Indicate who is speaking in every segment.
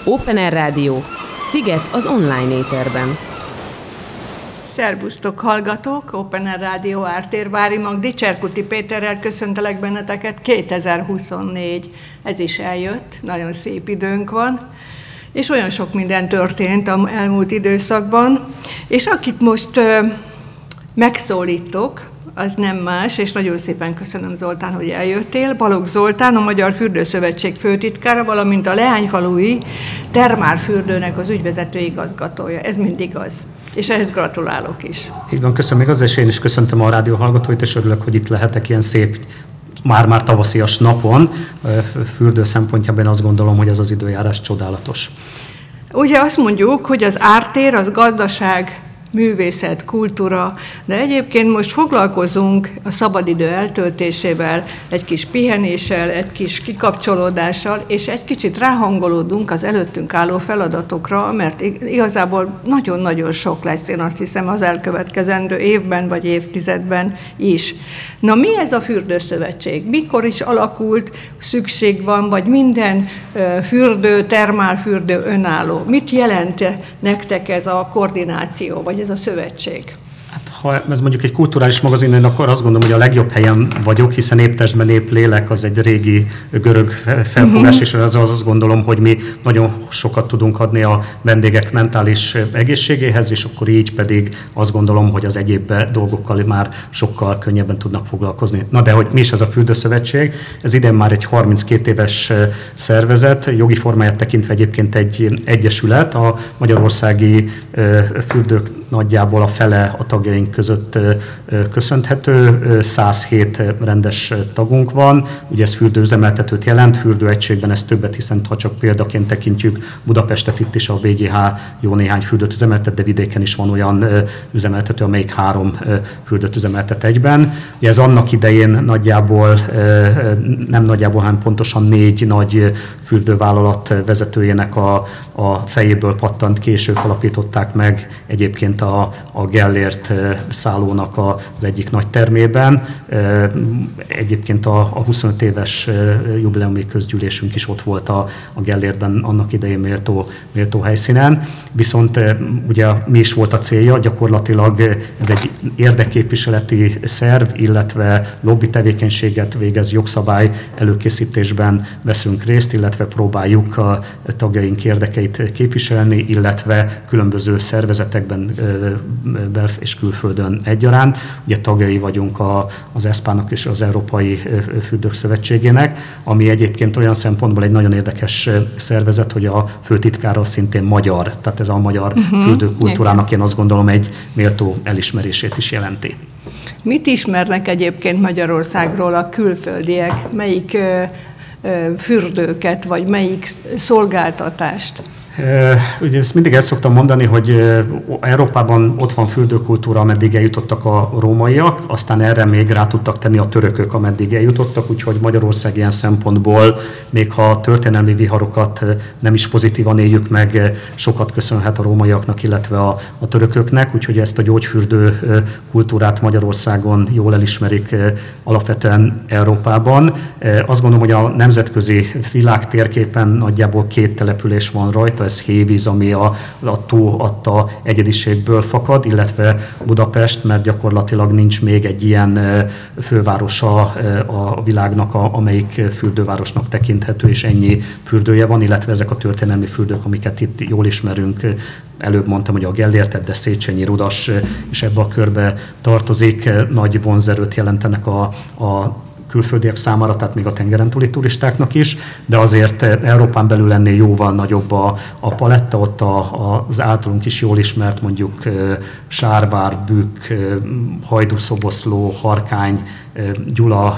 Speaker 1: Open Air Rádió. Sziget az online éterben.
Speaker 2: Szerbusztok, hallgatók! Open Air Rádió Ártér, Vári Magdi, Cserkuti Péterrel köszöntelek benneteket. 2024, ez is eljött, nagyon szép időnk van, és olyan sok minden történt az elmúlt időszakban, és akit most megszólítok, az nem más, és nagyon szépen köszönöm, Zoltán, hogy eljöttél. Balogh Zoltán, a Magyar Fürdőszövetség főtitkára, valamint a Leányfalui termálfürdőnek az ügyvezető igazgatója. Ez mindig az. És ehhez gratulálok is.
Speaker 3: Így van, köszönöm igaz, és én is köszöntöm a rádió hallgatóit, és örülök, hogy itt lehetek ilyen szép, már tavaszias napon. Fürdő szempontjában azt gondolom, hogy ez az időjárás csodálatos.
Speaker 2: Ugye azt mondjuk, hogy az ártér, az gazdaság, művészet, kultúra, de egyébként most foglalkozunk a szabadidő eltöltésével, egy kis pihenéssel, egy kis kikapcsolódással, és egy kicsit ráhangolódunk az előttünk álló feladatokra, mert igazából nagyon-nagyon sok lesz, én azt hiszem, az elkövetkezendő évben vagy évtizedben is. Na, mi ez a fürdőszövetség? Mikor is alakult, szükség van, vagy minden fürdő, termálfürdő önálló? Mit jelent nektek ez a koordináció, vagy ez a szövetség?
Speaker 3: Hát, ha ez mondjuk egy kulturális magazin, akkor azt gondolom, hogy a legjobb helyen vagyok, hiszen épp testben, épp lélek, az egy régi görög felfogás, és az azt gondolom, hogy mi nagyon sokat tudunk adni a vendégek mentális egészségéhez, és akkor így pedig azt gondolom, hogy az egyéb dolgokkal már sokkal könnyebben tudnak foglalkozni. Na de hogy mi is ez a Fürdőszövetség? Ez idén már egy 32 éves szervezet, jogi formáját tekintve egyébként egy egyesület, a magyarországi fürdők nagyjából a fele a tagjaink között köszönhető, 107 rendes tagunk van, ugye ez fürdőüzemeltetőt jelent, fürdőegységben ez többet, hiszen ha csak példaként tekintjük Budapestet, itt is a VGH jó néhány fürdőt üzemeltet, de vidéken is van olyan üzemeltető, amelyik 3 fürdőt üzemeltet egyben. Ugye ez annak idején nagyjából, nem nagyjából, hanem pontosan 4 nagy fürdővállalat vezetőjének a fejéből pattant ki, és ők alapították meg egyébként a Gellért szállónak az egyik nagy termében. Egyébként a 25 éves jubileumi közgyűlésünk is ott volt a Gellértben annak idején méltó helyszínen. Viszont ugye mi is volt a célja, gyakorlatilag ez egy érdekképviseleti szerv, illetve lobby tevékenységet végez, jogszabály előkészítésben veszünk részt, illetve próbáljuk a tagjaink érdekeit képviselni, különböző különböző szervezetekben és külföldön egyaránt. Ugye tagjai vagyunk az ESPA-nak és az Európai Fürdők Szövetségének, ami egyébként olyan szempontból egy nagyon érdekes szervezet, hogy a főtitkára szintén magyar, tehát ez a magyar fürdőkultúrának én azt gondolom egy méltó elismerését is jelenti.
Speaker 2: Mit ismernek egyébként Magyarországról a külföldiek? Melyik fürdőket, vagy melyik szolgáltatást?
Speaker 3: Ugye ezt mindig el szoktam mondani, hogy Európában ott van fürdőkultúra, ameddig eljutottak a rómaiak, aztán erre még rá tudtak tenni a törökök, ameddig eljutottak, úgyhogy Magyarország ilyen szempontból, még ha a történelmi viharokat nem is pozitívan éljük meg, sokat köszönhet a rómaiaknak, illetve a törököknek, úgyhogy ezt a gyógyfürdő kultúrát Magyarországon jól elismerik alapvetően Európában. Azt gondolom, hogy a nemzetközi világ térképen nagyjából 2 település van rajta, ez Hévíz, ami a tó adta egyediségből fakad, illetve Budapest, mert gyakorlatilag nincs még egy ilyen fővárosa a világnak, amelyik fürdővárosnak tekinthető, és ennyi fürdője van, illetve ezek a történelmi fürdők, amiket itt jól ismerünk. Előbb mondtam, hogy a Gellértet, de Széchenyi, Rudas és ebbe a körbe tartozik, nagy vonzerőt jelentenek a külföldiek számára, tehát még a tengeren túli turistáknak is, de azért Európán belül ennél jóval nagyobb a paletta, ott az általunk is jól ismert mondjuk Sárvár, Bükk, Hajdúszoboszló, Harkány, Gyula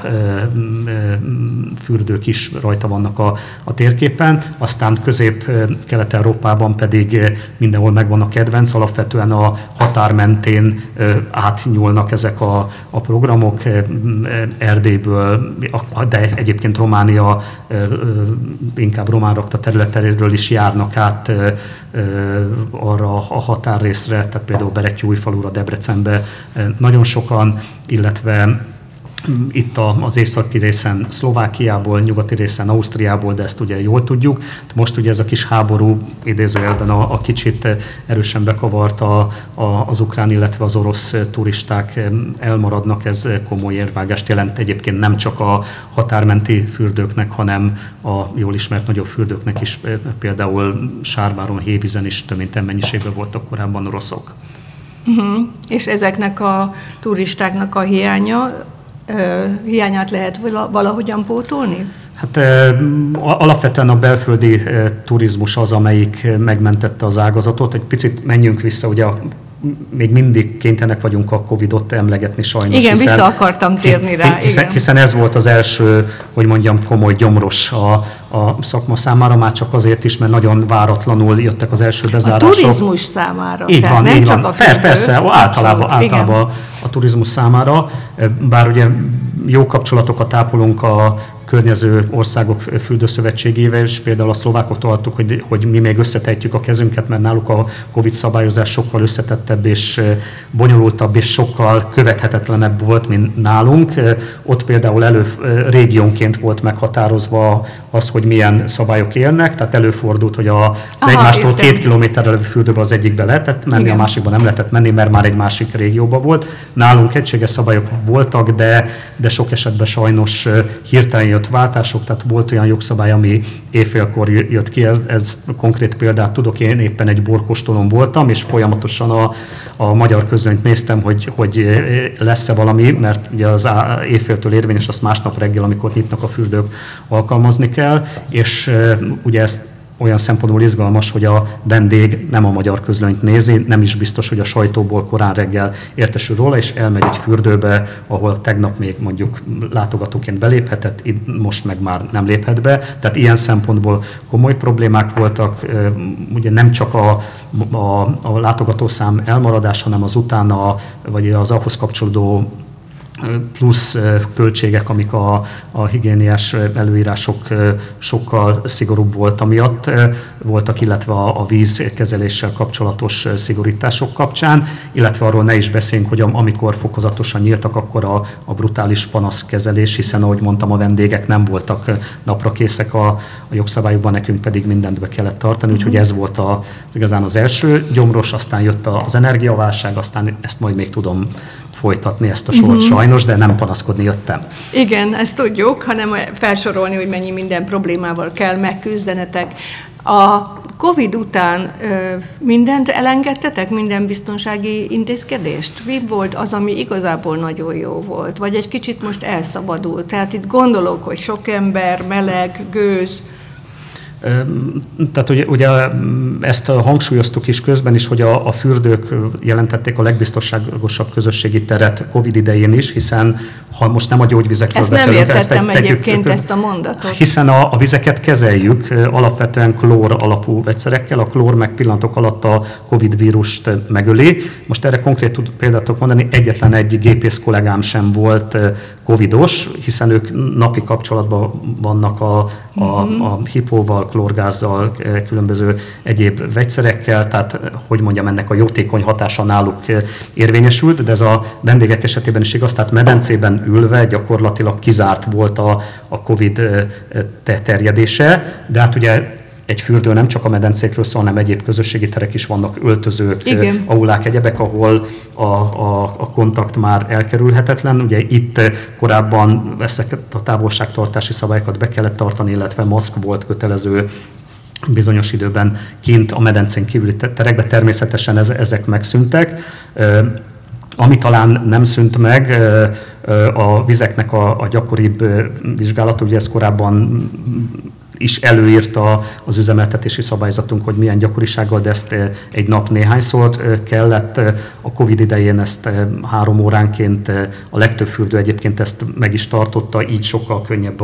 Speaker 3: fürdők is rajta vannak a térképen, aztán Közép-Kelet-Európában pedig mindenhol megvan a kedvenc, alapvetően a határ mentén átnyúlnak ezek a programok, Erdélyből, de egyébként Románia, inkább román rakta területéről is járnak át arra a határrészre, tehát például Berettyóújfalura, Debrecenbe nagyon sokan, illetve itt az északi részen Szlovákiából, nyugati részen Ausztriából, de ezt ugye jól tudjuk. Most ugye ez a kis háború idézőjelben a kicsit erősen bekavarta az ukrán, illetve az orosz turisták elmaradnak, ez komoly érvágást jelent egyébként nem csak a határmenti fürdőknek, hanem a jól ismert nagyobb fürdőknek is, például Sárváron, Hévízen is több mennyiségben voltak korábban oroszok.
Speaker 2: És ezeknek a turistáknak a hiányát lehet valahogyan pótolni?
Speaker 3: Hát alapvetően a belföldi turizmus az, amelyik megmentette az ágazatot. Egy picit menjünk vissza, ugye még mindig kénytelenek vagyunk a Covid-ot emlegetni sajnos.
Speaker 2: Igen, vissza akartam térni rá.
Speaker 3: Hiszen ez volt az első, hogy mondjam, komoly gyomros a szakma számára, már csak azért is, mert nagyon váratlanul jöttek az első bezárások.
Speaker 2: A turizmus számára.
Speaker 3: Így van,
Speaker 2: nem
Speaker 3: így
Speaker 2: csak
Speaker 3: van.
Speaker 2: a fürdő.
Speaker 3: Persze, általában a turizmus számára, bár ugye jó kapcsolatokat ápolunk a környező országok fürdőszövetségével, és például a szlovákoktól hallottuk, hogy mi még összetehetjük a kezünket, mert náluk a Covid szabályozás sokkal összetettebb és bonyolultabb és sokkal követhetetlenebb volt, mint nálunk. Ott például régiónként volt meghatározva az, hogy milyen szabályok élnek, tehát előfordult, hogy egymástól 2 kilométerrel levő fürdőbe az egyikbe lehetett menni, igen. A másikban nem lehetett menni, mert már egy másik régióban volt. Nálunk egységes szabályok voltak, de sok esetben sajnos hirtelen jött váltások, tehát volt olyan jogszabály, ami éjfélkor jött ki, ez konkrét példát tudok, én éppen egy borkóstolón voltam, és folyamatosan a magyar közlönyt néztem, hogy lesz-e valami, mert ugye az éjféltől érvényes, azt másnap reggel, amikor nyitnak a fürdők, alkalmazni kell, és ugye ezt olyan szempontból izgalmas, hogy a vendég nem a magyar közlönyt nézi, nem is biztos, hogy a sajtóból korán reggel értesül róla, és elmegy egy fürdőbe, ahol tegnap még mondjuk látogatóként beléphetett, most meg már nem léphet be. Tehát ilyen szempontból komoly problémák voltak, ugye nem csak a látogatószám elmaradás, hanem az utána, vagy az ahhoz kapcsolódó plusz költségek, amik a higiéniás előírások sokkal szigorúbb voltak, illetve a vízkezeléssel kapcsolatos szigorítások kapcsán, illetve arról ne is beszéljünk, hogy amikor fokozatosan nyíltak, akkor a brutális panaszkezelés, hiszen ahogy mondtam, a vendégek nem voltak napra készek a jogszabályokban, nekünk pedig mindent be kellett tartani, úgyhogy ez volt igazán az első gyomros, aztán jött az energiaválság, aztán ezt majd még tudom folytatni ezt a sort sajnos, de nem panaszkodni jöttem.
Speaker 2: Igen, ezt tudjuk, hanem felsorolni, hogy mennyi minden problémával kell megküzdenetek. A Covid után mindent elengedtetek, minden biztonsági intézkedést? Mi volt az, ami igazából nagyon jó volt? Vagy egy kicsit most elszabadult? Tehát itt gondolok, hogy sok ember, meleg, gőz.
Speaker 3: Tehát ugye ezt hangsúlyoztuk is közben is, hogy a fürdők jelentették a legbiztonságosabb közösségi teret Covid idején is, hiszen ha most nem a gyógyvizekről beszélünk.
Speaker 2: Ezt nem értettem egyébként ezt a mondatot.
Speaker 3: Hiszen a vizeket kezeljük alapvetően klór alapú vegyszerekkel, a klór meg pillanatok alatt a Covid vírust megöli. Most erre konkrét példát tudok mondani, egyetlen egy gépész kollégám sem volt covidos, hiszen ők napi kapcsolatban vannak a hipóval, klórgázzal, különböző egyéb vegyszerekkel, tehát hogy mondjam, ennek a jótékony hatása náluk érvényesült, de ez a vendégek esetében is igaz, tehát medencében ülve gyakorlatilag kizárt volt a Covid terjedése, de hát ugye egy fürdő nem csak a medencékről szól, hanem egyéb közösségi terek is vannak, öltözők, igen. Aulák, egyebek, ahol a kontakt már elkerülhetetlen. Ugye itt korábban ezeket a távolságtartási szabályokat be kellett tartani, illetve maszk volt kötelező bizonyos időben kint a medencén kívüli terekben. Természetesen ezek megszűntek. Ami talán nem szűnt meg, a vizeknek a gyakoribb vizsgálata, ugye ez korábban is előírta az üzemeltetési szabályzatunk, hogy milyen gyakorisággal, de ezt egy nap néhányszor kellett. A Covid idején ezt 3 óránként, a legtöbb fürdő egyébként ezt meg is tartotta, így sokkal könnyebb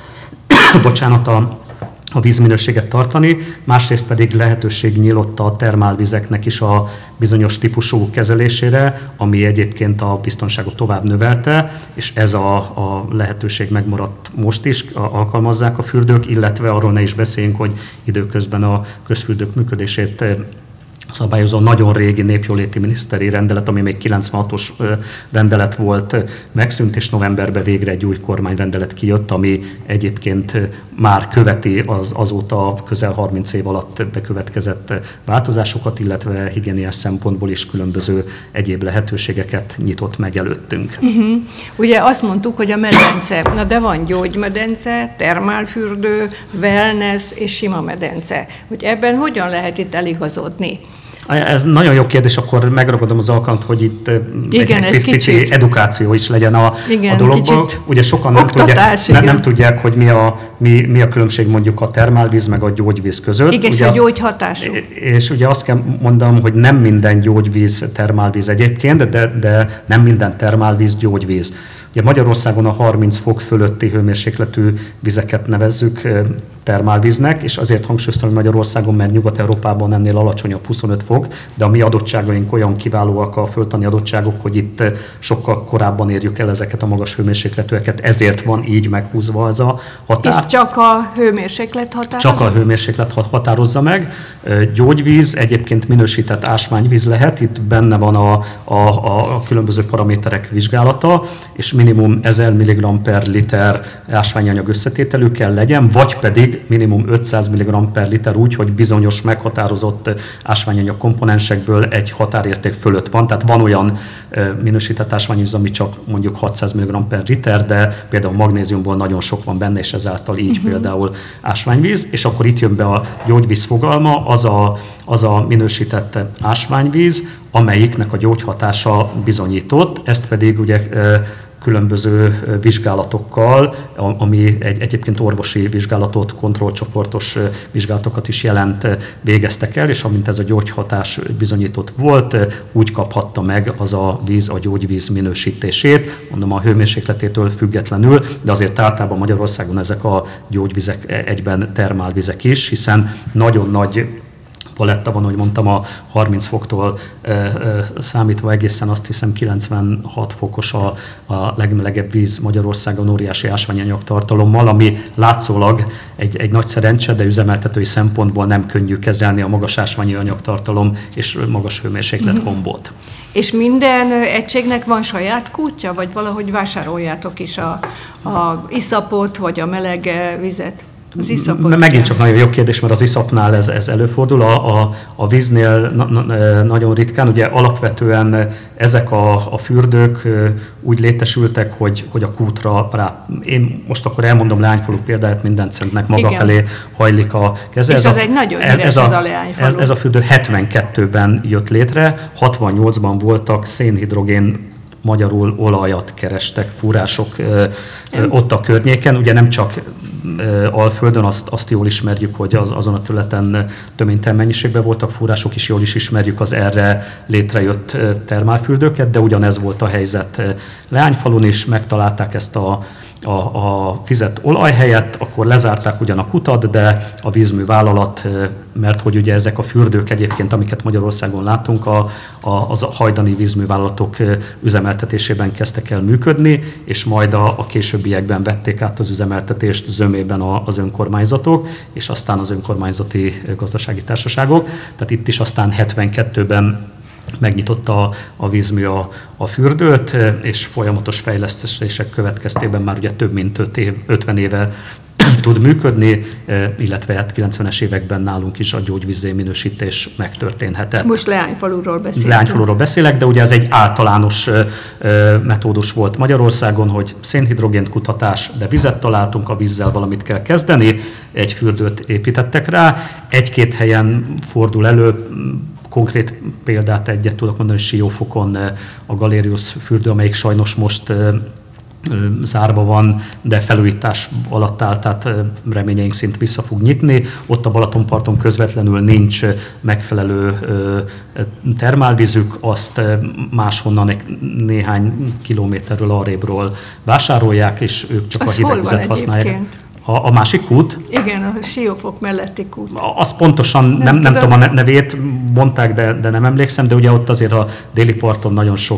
Speaker 3: a vízminőséget tartani, másrészt pedig lehetőség nyílt a termálvizeknek is a bizonyos típusú kezelésére, ami egyébként a biztonságot tovább növelte, és ez a lehetőség megmaradt most is, alkalmazzák a fürdők, illetve arról ne is beszéljünk, hogy időközben a közfürdők működését szabályozó nagyon régi népjóléti miniszteri rendelet, ami még 96-os rendelet volt, megszűnt, és novemberben végre egy új kormányrendelet kijött, ami egyébként már követi az azóta közel 30 év alatt bekövetkezett változásokat, illetve higiéniás szempontból is különböző egyéb lehetőségeket nyitott meg előttünk.
Speaker 2: Ugye azt mondtuk, hogy a medence, na de van gyógymedence, termálfürdő, wellness és sima medence. Hogy ebben hogyan lehet itt eligazodni?
Speaker 3: Ez nagyon jó kérdés, akkor megragadom az alkalmat, hogy itt egy pici edukáció is legyen a dologban. Ugye sokan nem tudják, hogy mi a különbség mondjuk a termálvíz meg a gyógyvíz között.
Speaker 2: Igen,
Speaker 3: ugye
Speaker 2: a gyógyhatású.
Speaker 3: És ugye azt kell mondanom, hogy nem minden gyógyvíz termálvíz egyébként, de nem minden termálvíz gyógyvíz. Ugye Magyarországon a 30 fok fölötti hőmérsékletű vizeket nevezzük termálvíznek, és azért hangsúlyoztam, hogy Magyarországon, mert Nyugat-Európában ennél alacsonyabb 25 fok, de a mi adottságaink olyan kiválóak, a földtani adottságok, hogy itt sokkal korábban érjük el ezeket a magas hőmérsékletűeket, ezért van így meghúzva az a határ.
Speaker 2: És csak a hőmérséklet határozza?
Speaker 3: Csak a hőmérséklet határozza meg. Gyógyvíz egyébként minősített ásványvíz lehet, itt benne van a különböző paraméterek vizsgálata, és minimum 1000 mg per liter ásványanyag összetételű kell legyen, vagy pedig minimum 500 mg per liter úgy, hogy bizonyos meghatározott ásványanyag komponensekből egy határérték fölött van. Tehát van olyan minősített ásványvíz, ami csak mondjuk 600 mg per liter, de például magnéziumból nagyon sok van benne, és ezáltal így például ásványvíz. És akkor itt jön be a gyógyvíz fogalma, az a minősített ásványvíz, amelyiknek a gyógyhatása bizonyított, ezt pedig ugye különböző vizsgálatokkal, ami egyébként orvosi vizsgálatot, kontrollcsoportos vizsgálatokat is jelent, végeztek el, és amint ez a gyógyhatás bizonyított volt, úgy kaphatta meg az a víz a gyógyvíz minősítését, mondom a hőmérsékletétől függetlenül, de azért általában Magyarországon ezek a gyógyvizek egyben termálvizek is, hiszen nagyon nagy paletta van, ahogy mondtam, a 30 foktól számítva egészen azt hiszem 96 fokos a legmelegebb víz Magyarországon óriási ásványanyag tartalommal, ami látszólag egy nagy szerencse, de üzemeltetői szempontból nem könnyű kezelni a magas ásványanyag tartalom és magas hőmérséklet kombót.
Speaker 2: És minden egységnek van saját kútja, vagy valahogy vásároljátok is a iszapot, vagy a meleg vizet?
Speaker 3: Megint csak nagyon jó kérdés, mert az iszapnál ez előfordul, a víznél nagyon ritkán. Ugye alapvetően ezek a fürdők úgy létesültek, hogy a kútra rá. Én most akkor elmondom Leányfalu példáját, minden centnek maga felé hajlik a keze.
Speaker 2: És ez egy nagyon híres a Leányfalu.
Speaker 3: Ez a fürdő 72-ben jött létre, 68-ban voltak szénhidrogén, magyarul olajat kerestek fúrások ott a környéken. Ugye nem csak Alföldön, azt jól ismerjük, hogy azon a területen töménytelen mennyiségben voltak fúrások is, jól is ismerjük az erre létrejött termálfürdőket, de ugyanez volt a helyzet Leányfalun is, megtalálták ezt a vizet olaj helyett, akkor lezárták ugyan a kutat, de a vízművállalat, mert hogy ugye ezek a fürdők egyébként, amiket Magyarországon látunk, az a hajdani vízművállalatok üzemeltetésében kezdtek el működni, és majd a későbbiekben vették át az üzemeltetést zömében az önkormányzatok, és aztán az önkormányzati gazdasági társaságok. Tehát itt is aztán 72-ben megnyitotta a vízmű a fürdőt, és folyamatos fejlesztések következtében már ugye több mint 50 éve tud működni, illetve hát 90-es években nálunk is a gyógyvízzé minősítés megtörténhetett.
Speaker 2: Most Leányfaluról beszélek.
Speaker 3: Leányfaluról beszélek, de ugye ez egy általános metódus volt Magyarországon, hogy szénhidrogént kutatás, de vizet találtunk, a vízzel valamit kell kezdeni, egy fürdőt építettek rá, egy-két helyen fordul elő, konkrét példát egyet tudok mondani, hogy Siófokon a Galérius fürdő, amelyik sajnos most zárva van, de felújítás alatt áll, tehát reményeink szerint vissza fog nyitni. Ott a Balatonparton közvetlenül nincs megfelelő termálvízük, azt máshonnan néhány kilométerről arrébről vásárolják, és ők csak a hideg vizet használják. A másik kút?
Speaker 2: Igen, a Siófok melletti kút.
Speaker 3: Azt pontosan nem tudom a nevét, mondták, de nem emlékszem, de ugye ott azért a déli parton nagyon sok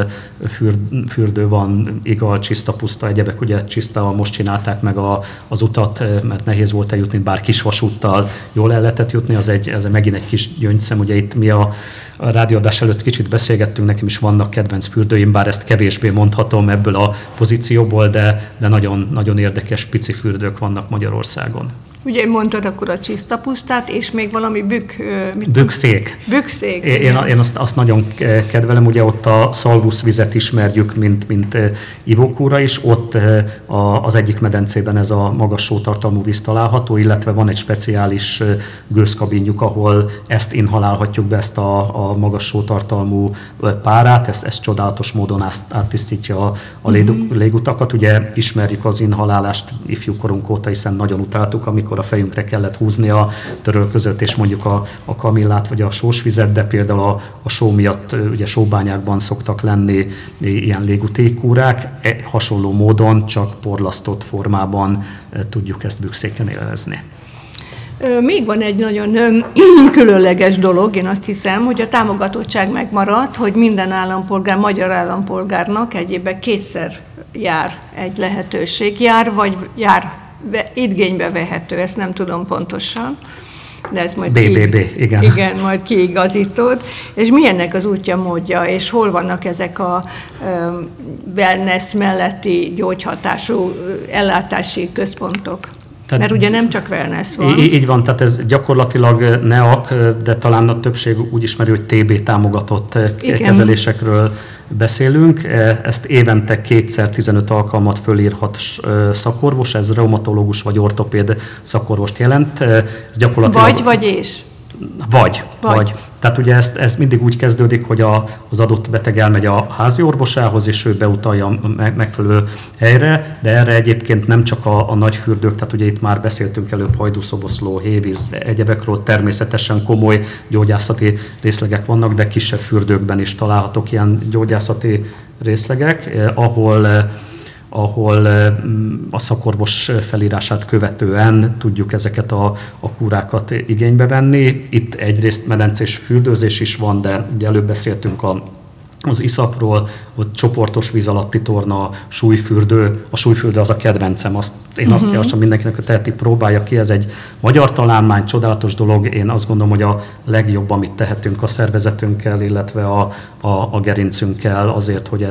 Speaker 3: fürdő van, igal, csiszta, puszta, egyebek, ugye csiszta, most csinálták meg az utat, mert nehéz volt eljutni, bár kisvasúttal jól el lehetett jutni, ez megint egy kis gyöngyszem, ugye itt mi a rádióadás előtt kicsit beszélgettünk, nekem is vannak kedvenc fürdőim, bár ezt kevésbé mondhatom ebből a pozícióból, de nagyon, nagyon érdekes pici fürdők vannak Magyarországon.
Speaker 2: Ugye mondtad akkor a csiszta pusztát, és még valami
Speaker 3: Bükkszék.
Speaker 2: Bükkszék.
Speaker 3: Én azt nagyon kedvelem, ugye ott a szalvuszvizet ismerjük, mint ivókúra is, ott az egyik medencében ez a magas sótartalmú víz található, illetve van egy speciális gőzkabinjuk, ahol ezt inhalálhatjuk be, ezt a magas sótartalmú párát, ez csodálatos módon áttisztítja a légutakat. Ugye ismerjük az inhalálást ifjúkorunk óta, hiszen nagyon utáltuk, amikor a fejünkre kellett húzni a törölközőt, és mondjuk a kamillát vagy a sósvizet, de például a só miatt ugye sóbányákban szoktak lenni ilyen légútékúrák. Hasonló módon, csak porlasztott formában tudjuk ezt Bükkszéken élvezni.
Speaker 2: Még van egy nagyon különleges dolog, én azt hiszem, hogy a támogatottság megmaradt, hogy minden állampolgár, magyar állampolgárnak egyébben kétszer jár egy lehetőség. Jár igénybe vehető, ezt nem tudom pontosan, de ez majd
Speaker 3: igen,
Speaker 2: majd kiigazítod. És milyennek az útja, módja, és hol vannak ezek a wellness melletti gyógyhatású ellátási központok? Mert ugye nem csak wellness van.
Speaker 3: Így van, tehát ez gyakorlatilag NEAK, de talán a többség úgy ismeri, hogy TB támogatott kezelésekről beszélünk. Ezt évente 2x15 alkalmat fölírhat szakorvos, ez reumatológus vagy ortopéd szakorvost jelent. Ez gyakorlatilag Vagy. Tehát ugye ez mindig úgy kezdődik, hogy az adott beteg elmegy a házi orvosához, és ő beutalja megfelelő helyre, de erre egyébként nem csak a nagy fürdők, tehát ugye itt már beszéltünk előbb hajdúszoboszló, hévíz, egyebekről, természetesen komoly gyógyászati részlegek vannak, de kisebb fürdőkben is találhatók ilyen gyógyászati részlegek, ahol a szakorvos felírását követően tudjuk ezeket a kúrákat igénybe venni. Itt egyrészt medencés fürdőzés is van, de ugye előbb beszéltünk az iszapról, ott csoportos víz alatti torna, súlyfürdő. A súlyfürdő az a kedvencem, én azt javaslom mindenkinek, hogy teheti, próbálja ki, ez egy magyar találmány, csodálatos dolog. Én azt gondolom, hogy a legjobb, amit tehetünk a szervezetünkkel, illetve a gerincünkkel azért, hogy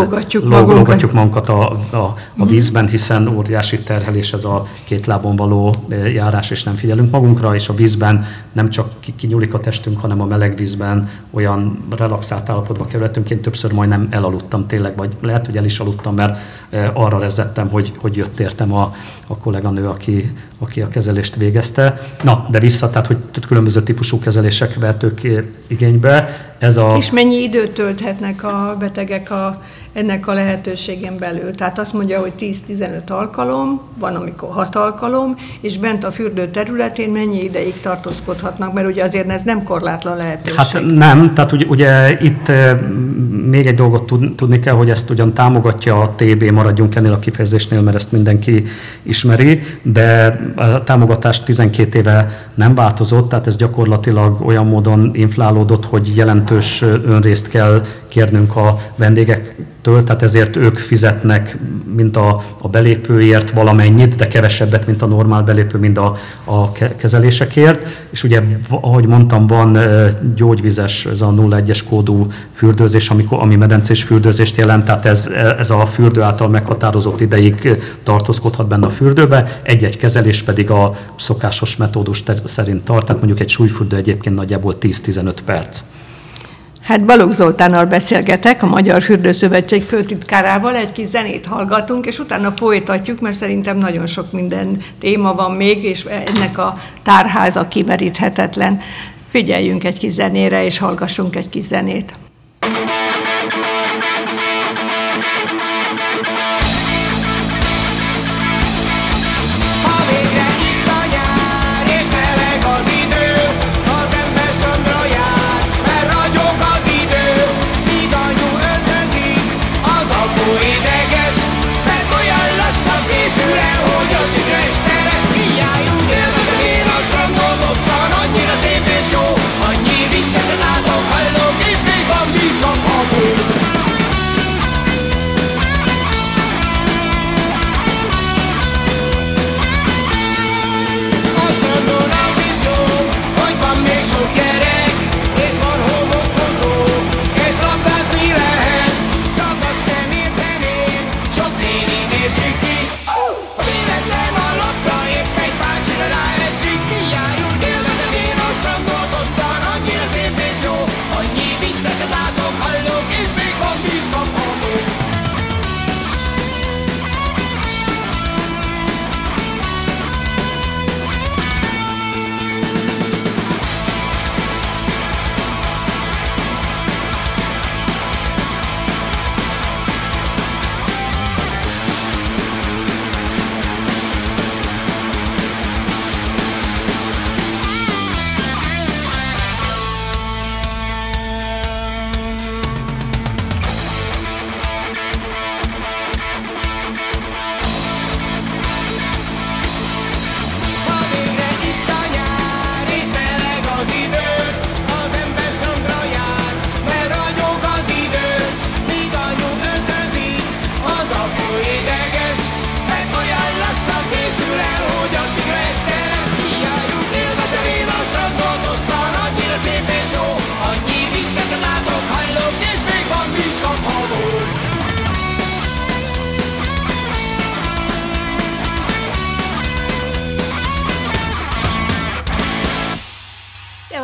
Speaker 3: lógatjuk magunkat a vízben, hiszen óriási terhelés ez a két lábon való járás, és nem figyelünk magunkra, és a vízben nem csak kinyúlik a testünk, hanem a meleg vízben olyan relaxált állapotba kerülhetünk. Én többször majdnem elaludtam tényleg, vagy lehet, hogy el is aludtam, mert arra rezzettem, hogy jött értem a kolléganő, aki a kezelést végezte. Na, de vissza, tehát hogy különböző típusú kezelések vehetők igénybe. És
Speaker 2: mennyi időt tölthetnek a betegek ennek a lehetőségen belül? Tehát azt mondja, hogy 10-15 alkalom, van amikor 6 alkalom, és bent a fürdő területén mennyi ideig tartózkodhatnak, mert ugye azért ez nem korlátlan lehetőség.
Speaker 3: Hát nem, tehát ugye itt még egy dolgot tudni kell, hogy ezt ugyan támogatja a TB, maradjunk ennél a kifejezésnél, mert ezt mindenki ismeri, de a támogatás 12 éve nem változott, tehát ez gyakorlatilag olyan módon inflálódott, hogy jelentős önrészt kell kérnünk a vendégektől, tehát ezért ők fizetnek, mint a belépőért valamennyit, de kevesebbet, mint a normál belépő, mint a kezelésekért. És ugye, ahogy mondtam, van gyógyvizes, ez a 01-es kódú fürdőzés, ami medencés fürdőzést jelent, tehát ez a fürdő által meghatározott ideig tartózkodhat benne a fürdőbe, egy-egy kezelés pedig a szokásos metódus szerint tart, tehát mondjuk egy súlyfürdő egyébként nagyjából 10-15 perc.
Speaker 2: Hát Balogh Zoltánnal beszélgetek, a Magyar Fürdőszövetség főtitkárával, egy kis zenét hallgatunk, és utána folytatjuk, mert szerintem nagyon sok minden téma van még, és ennek a tárháza kimeríthetetlen. Figyeljünk egy kis zenére, és hallgassunk egy kis zenét.
Speaker 4: Ideges, mert olyan lassan készül el, hogy a tüzes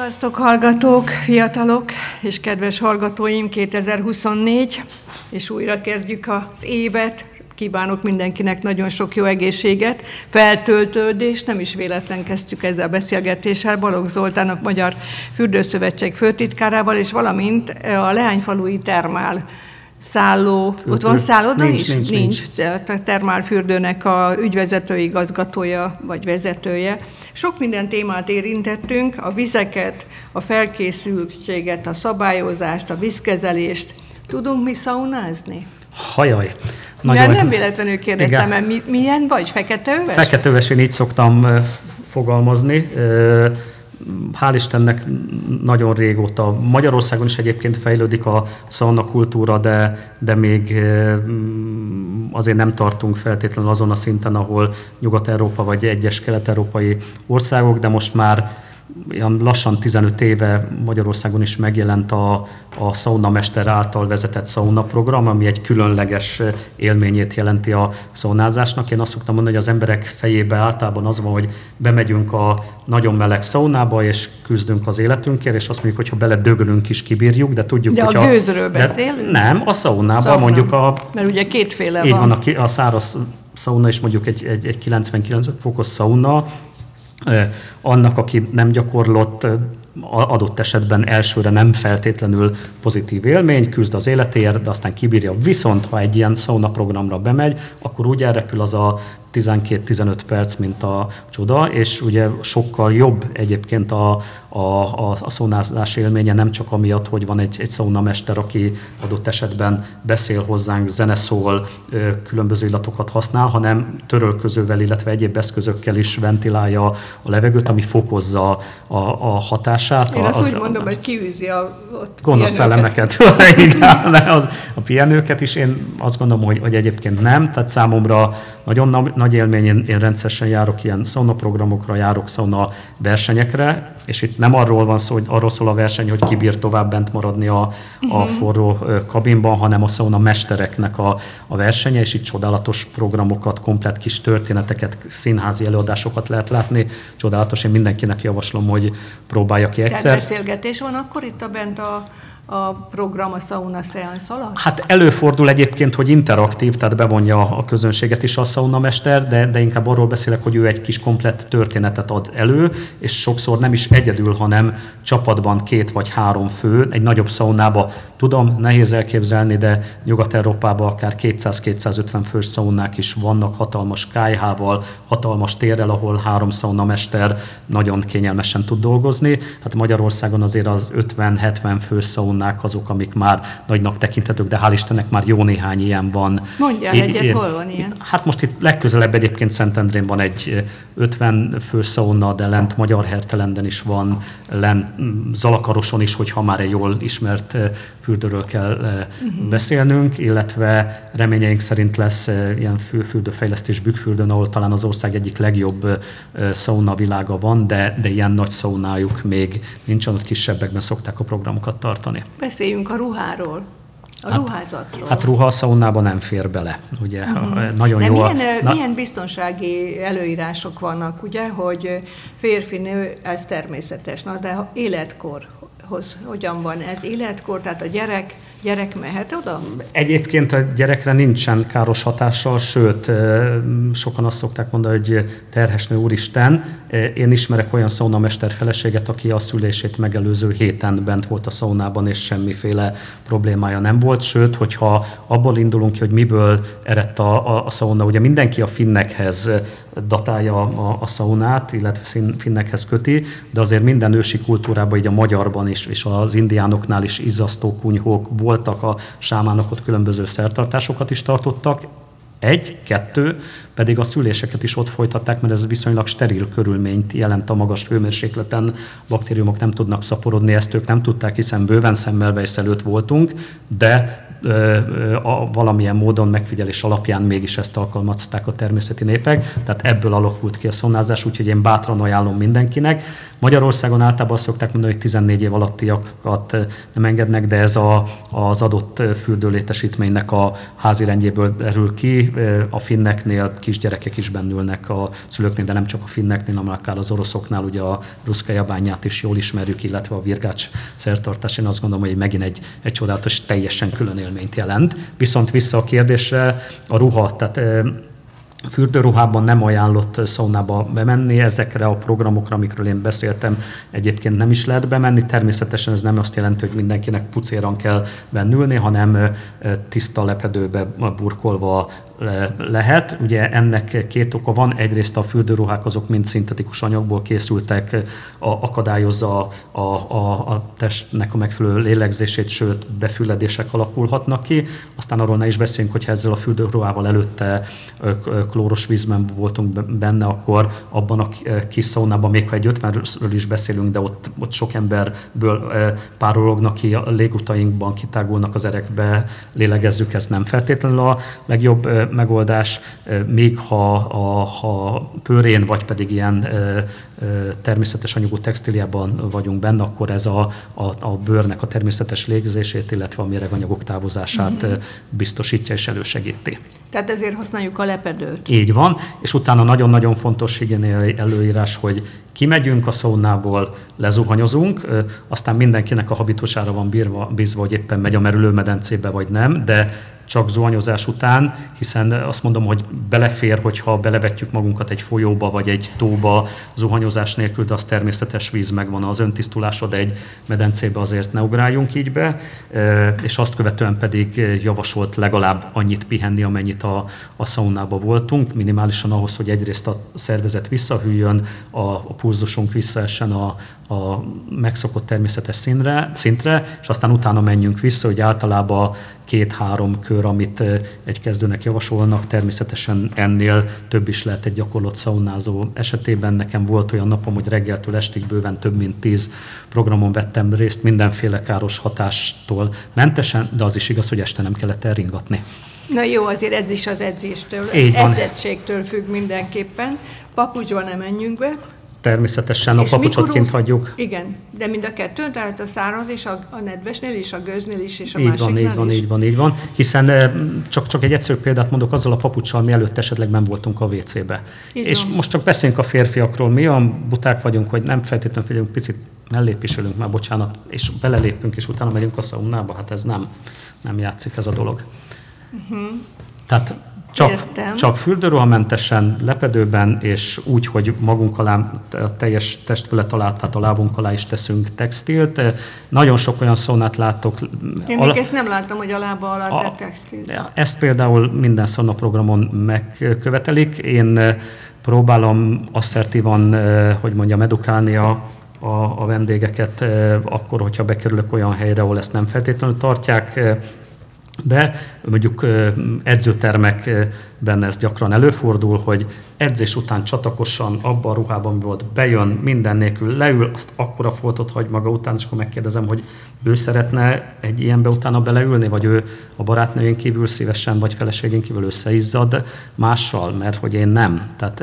Speaker 2: Szevasztok, hallgatók, fiatalok és kedves hallgatóim, 2024, és újra kezdjük az évet. Kívánok mindenkinek nagyon sok jó egészséget, feltöltődést, nem is véletlen kezdtük ezzel a beszélgetéssel, Balogh Zoltán, a Magyar Fürdőszövetség főtitkárával, és valamint a Leányfalui Termál szálló, ott van szálloda is? Nincs. A termálfürdőnek a ügyvezető igazgatója vagy vezetője. Sok minden témát érintettünk, a vizeket, a felkészültséget, a szabályozást, a vízkezelést. Tudunk mi szaunázni?
Speaker 3: Hajaj!
Speaker 2: Nagyon... Nem véletlenül kérdeztem, mert milyen vagy? Feketeöves?
Speaker 3: Feketeöves, én így szoktam fogalmazni. Hál' Istennek nagyon régóta. Magyarországon is egyébként fejlődik a szauna kultúra, de még azért nem tartunk feltétlenül azon a szinten, ahol Nyugat-Európa vagy egyes kelet-európai országok, de most már lassan 15 éve Magyarországon is megjelent a szaunamester által vezetett szaunaprogram, ami egy különleges élményét jelenti a szaunázásnak. Én azt szoktam mondani, hogy az emberek fejébe általában az van, hogy bemegyünk a nagyon meleg szaunába, és küzdünk az életünkért, és azt mondjuk, hogy ha beledögölünk is, kibírjuk, de tudjuk,
Speaker 2: de
Speaker 3: hogy
Speaker 2: a gőzről beszélünk?
Speaker 3: Nem, a szaunában mondjuk
Speaker 2: mert ugye kétféle
Speaker 3: így
Speaker 2: van.
Speaker 3: A száraz szauna és mondjuk egy 99 fokos szauna, annak, aki nem gyakorlott, adott esetben elsőre nem feltétlenül pozitív élmény, küzd az életéért, de aztán kibírja. Viszont, ha egy ilyen szauna programra bemegy, akkor úgy elrepül az a 12-15 perc, mint a csoda, és ugye sokkal jobb egyébként a szaunázás élménye, nem csak amiatt, hogy van egy szaunamester, aki adott esetben beszél hozzánk, zene szól, különböző illatokat használ, hanem törölközővel, illetve egyéb eszközökkel is ventilálja a levegőt, ami fokozza a hatását.
Speaker 2: Én azt úgy mondom, hogy kiűzi a
Speaker 3: gonosz szellemeket, a pihenőket is. Én azt gondolom, hogy egyébként nem, tehát számomra nagyon nagy élmény, én rendszeresen járok ilyen szaunaprogramokra, járok szauna versenyekre, és itt nem arról van szó, hogy arról szól a verseny, hogy ki bír tovább bent maradni a forró kabinban, hanem a szauna mestereknek a versenye, és itt csodálatos programokat, komplett kis történeteket, színházi előadásokat lehet látni. Csodálatos, én mindenkinek javaslom, hogy próbálja ki egyszer.
Speaker 2: Tehát beszélgetés van akkor itt bent a program, a sauna szeánsz alatt?
Speaker 3: Hát előfordul egyébként, hogy interaktív, tehát bevonja a közönséget is a szaunamester, de inkább arról beszélek, hogy ő egy kis komplett történetet ad elő, és sokszor nem is egyedül, hanem csapatban 2 vagy 3 fő, egy nagyobb szaunába. Tudom, nehéz elképzelni, de Nyugat-Európában akár 200-250 fős szaunák is vannak, hatalmas kályhával, hatalmas térrel, ahol 3 szaunamester nagyon kényelmesen tud dolgozni. Hát Magyarországon azért az 50-70 fős szaunák azok, amik már nagynak tekinthetők, de hál' Istennek már jó néhány ilyen van.
Speaker 2: Mondjál egyet, hol van ilyen?
Speaker 3: Hát most itt legközelebb egyébként Szentendrén van egy 50 fő szauna, de lent Magyarhertelenden is van, lent Zalakaroson is, hogyha már egy jól ismert fürdőről kell beszélnünk, illetve reményeink szerint lesz ilyen fürdőfejlesztés Bükkfürdőn, ahol talán az ország egyik legjobb szauna világa van, de ilyen nagy szaunájuk még nincsen, ott kisebbekben szokták a programokat tartani.
Speaker 2: Beszéljünk a ruháról. Ruházatról.
Speaker 3: Hát ruha a szaunában nem fér bele, ugye? Nagyon jó.
Speaker 2: Milyen biztonsági előírások vannak, ugye, hogy férfi-nő, ez természetes, de életkorhoz hogyan van ez? Életkor, tehát a gyerek mehet oda?
Speaker 3: Egyébként a gyerekre nincsen káros hatással, sőt, sokan azt szokták mondani, hogy terhes nő úristen. Én ismerek olyan szaunamester feleséget, aki a szülését megelőző héten bent volt a szaunában, és semmiféle problémája nem volt. Sőt, hogyha abból indulunk ki, hogy miből eredt a szauna, ugye mindenki a finnekhez datálja a szaunát, illetve finnekhez köti, de azért minden ősi kultúrában, így a magyarban is, és az indiánoknál is izzasztó kunyhók voltak, a sámánok ott különböző szertartásokat is tartottak. 1-2 pedig a szüléseket is ott folytatták, mert ez viszonylag steril körülményt jelent a magas hőmérsékleten. Baktériumok nem tudnak szaporodni, ezt ők nem tudták, hiszen bőven szemmelvejszelőtt voltunk, de valamilyen módon megfigyelés alapján mégis ezt alkalmazták a természeti népek, tehát ebből alakult ki a szaunázás, úgyhogy én bátran ajánlom mindenkinek. Magyarországon általában azt szokták mondani, hogy 14 év alattiakat nem engednek, de ez az adott fürdőlétesítménynek a házirendjéből derül ki. ki. A finneknél kisgyerekek is bennülnek a szülőknél, de nem csak a finneknél, hanem akár az oroszoknál, ugye a ruszkaja bányát is jól ismerjük, illetve a virgács szertartás. Én azt gondolom, hogy megint egy csodálatos, teljesen külön élményt jelent. Viszont vissza a kérdésre, a ruha, tehát fürdőruhában nem ajánlott szaunába bemenni, ezekre a programokra, amikről én beszéltem, egyébként nem is lehet bemenni. Természetesen ez nem azt jelenti, hogy mindenkinek pucéran kell bennülni, hanem tiszta lepedőbe burkolva lehet. Ugye ennek két oka van. Egyrészt a fürdőruhák azok mind szintetikus anyagból készültek, akadályozza a testnek a megfelelő lélegzését, sőt befülledések alakulhatnak ki. Aztán arról ne is beszéljünk, hogyha ezzel a fürdőruhával előtte klóros vízben voltunk benne, akkor abban a kis szaunában, még ha egy 50-ről is beszélünk, de ott sok emberből párolognak ki, a légutainkban kitágulnak az erekbe, lélegezzük, ez nem feltétlenül a legjobb megoldás, még ha pőrén, vagy pedig ilyen természetes anyagú textíliában vagyunk benne, akkor ez a bőrnek a természetes légzését, illetve a méreganyagok távozását biztosítja és elősegíti.
Speaker 2: Tehát ezért használjuk a lepedőt.
Speaker 3: Így van, és utána nagyon-nagyon fontos higiéniai előírás, hogy kimegyünk a szaunából, lezuhanyozunk, aztán mindenkinek a habitusára van bízva, hogy éppen megy a merülőmedencébe vagy nem, de csak zuhanyozás után, hiszen azt mondom, hogy belefér, hogyha belevetjük magunkat egy folyóba vagy egy tóba zuhanyozás nélkül, de az természetes víz megvan, az öntisztulásod egy medencébe, azért ne ugráljunk így be, és azt követően pedig javasolt legalább annyit pihenni, amennyit a szaunába voltunk, minimálisan ahhoz, hogy egyrészt a szervezet visszahűljön, a pulzusunk visszaessen a megszokott természetes szintre, és aztán utána menjünk vissza, hogy általában 2-3 kör, amit egy kezdőnek javasolnak, természetesen ennél több is lehet egy gyakorlott szaunázó esetében. Nekem volt olyan napom, hogy reggeltől estig bőven több mint 10 programon vettem részt, mindenféle káros hatástól mentesen, de az is igaz, hogy este nem kellett elringatni.
Speaker 2: Na jó, azért ez is az edzéstől, edzettségtől függ mindenképpen. Papucsba nem menjünk be.
Speaker 3: Természetesen a papucsot kint hagyjuk.
Speaker 2: Igen, de mind a kettőn, tehát a száraz és a nedvesnél is, a gőznél is, és a másiknál
Speaker 3: is. Így van. Hiszen csak egy egyszerű példát mondok, azzal a papuccsal mi előtt esetleg nem voltunk a WC-be. És most csak beszéljünk a férfiakról, mi olyan buták vagyunk, hogy nem feltétlenül figyelünk, picit mellépiselünk már, bocsánat, és belelépünk, és utána megyünk a szaunába, hát ez nem játszik ez a dolog. Tehát csak fürdőruhamentesen, lepedőben, és úgy, hogy magunk alá, a teljes testfelet alá, tehát a lábunk alá is teszünk textilt. Nagyon sok olyan szaunát látok.
Speaker 2: Én még ezt nem láttam, hogy a lába alá tett textilt.
Speaker 3: Ezt például minden szaunaprogramon megkövetelik. Én próbálom asszertívan, hogy mondjam, edukálni a vendégeket, akkor, hogyha bekerülök olyan helyre, ahol ezt nem feltétlenül tartják be. Mondjuk edzőtermekben ez gyakran előfordul, hogy edzés után csatakosan abban a ruhában volt, bejön, minden nélkül leül, azt akkora foltot hagy maga után, és akkor megkérdezem, hogy ő szeretne egy ilyenbe utána beleülni, vagy ő a barátnőjén kívül szívesen, vagy feleségén kívül összeizzad mással, mert hogy én nem. Tehát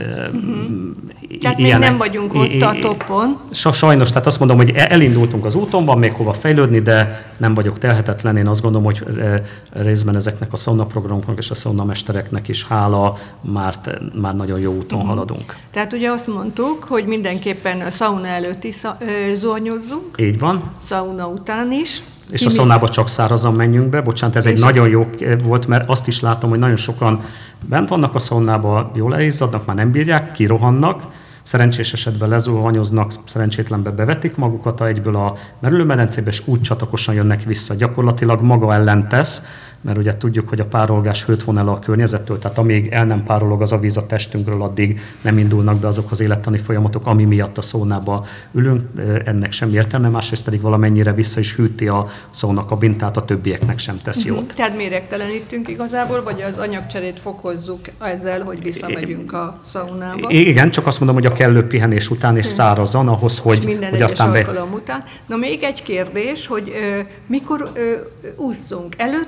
Speaker 2: még nem vagyunk ott a toppon.
Speaker 3: Sajnos, tehát azt mondom, hogy elindultunk az úton, van még hova fejlődni, de nem vagyok telhetetlen. Én azt gondolom, hogy részben ezeknek a szaunaprogramoknak és a szaunamestereknek is hála, már nagyon jó úton haladunk.
Speaker 2: Tehát ugye azt mondtuk, hogy mindenképpen a szauna előtt is zuhanyozzunk.
Speaker 3: Így van.
Speaker 2: Szauna után is.
Speaker 3: És a szaunába csak szárazan menjünk be. Bocsánat, ez egy nagyon jó volt, mert azt is látom, hogy nagyon sokan bent vannak a szaunába, jól elizzadnak, már nem bírják, kirohannak, szerencsés esetben lezuhanyoznak, szerencsétlenben bevetik magukat egyből a merülőmedencébe, és úgy csatakosan jönnek vissza. Gyakorlatilag maga ellen tesz, mert ugye tudjuk, hogy a párolgás hőt von el a környezettől, tehát amíg el nem párolog az a víz a testünkről, addig nem indulnak be azok az élettani folyamatok, ami miatt a szaunába ülünk, ennek sem értelme, másrészt pedig valamennyire vissza is hűti a szaunakabint, tehát a többieknek sem tesz jót.
Speaker 2: Tehát méregtelenítünk igazából, vagy az anyagcserét fokozzuk ezzel, hogy visszamegyünk a szaunába?
Speaker 3: Igen, csak azt mondom, hogy a kellő pihenés után és szárazon, ahhoz, hogy aztán
Speaker 2: alkalom után. Na még egy kérdés, hogy mikor ússzunk, előtte vagy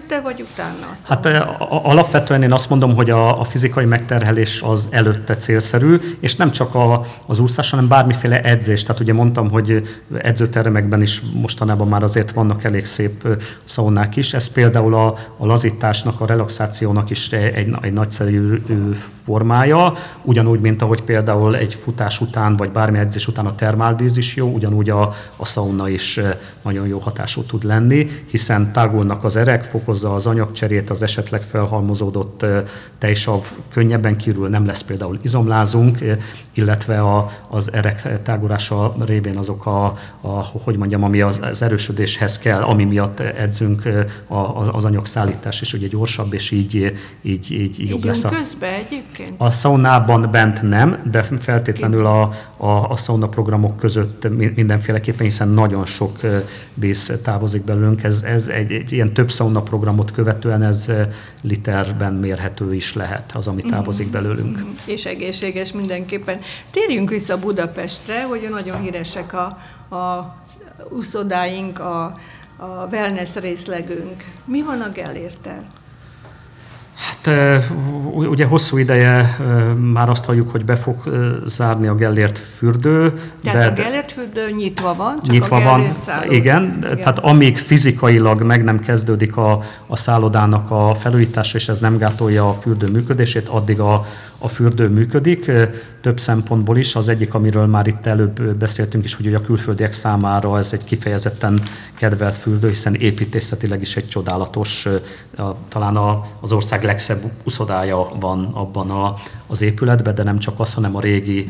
Speaker 2: utána?
Speaker 3: Hát alapvetően én azt mondom, hogy a fizikai megterhelés az előtte célszerű, és nem csak az úszás, hanem bármiféle edzés. Tehát ugye mondtam, hogy edzőtermekben is mostanában már azért vannak elég szép szaunák is. Ez például a lazításnak, a relaxációnak is egy nagyszerű formája, ugyanúgy, mint ahogy például egy futás után, vagy bármi edzés után a termálvíz is jó, ugyanúgy a szauna is nagyon jó hatású tud lenni, hiszen tágulnak az erek, fokozza az anyagcserét, az esetleg felhalmozódott tejsav könnyebben kirül, nem lesz például izomlázunk, illetve az erek tágulása révén azok ami az erősödéshez kell, ami miatt edzünk, az anyagszállítás is ugye gyorsabb, és így jobb lesz.
Speaker 2: Közben egyébként?
Speaker 3: A szaunában bent nem, de feltétlenül a szauna programok között mindenféleképpen, hiszen nagyon sok víz távozik belőlünk. Ez egy ilyen több szauna programot követően ez literben mérhető is lehet az, ami távozik belőlünk.
Speaker 2: És egészséges mindenképpen. Térjünk vissza Budapestre, hogy nagyon híresek a úszodáink, a wellness részlegünk. Mi van a Gellérttel?
Speaker 3: Hát ugye hosszú ideje már azt halljuk, hogy be fog zárni a Gellért fürdő.
Speaker 2: Tehát a Gellért fürdő nyitva van, csak
Speaker 3: nyitva
Speaker 2: a Gellért
Speaker 3: van,
Speaker 2: szálló.
Speaker 3: igen. Tehát amíg fizikailag meg nem kezdődik a szállodának a felújítása, és ez nem gátolja a fürdő működését, addig a fürdő működik. Több szempontból is. Az egyik, amiről már itt előbb beszéltünk is, hogy a külföldiek számára ez egy kifejezetten kedvelt fürdő, hiszen építészetileg is egy csodálatos, talán az ország legszebb uszodája van abban az épületben, de nem csak az, hanem a régi,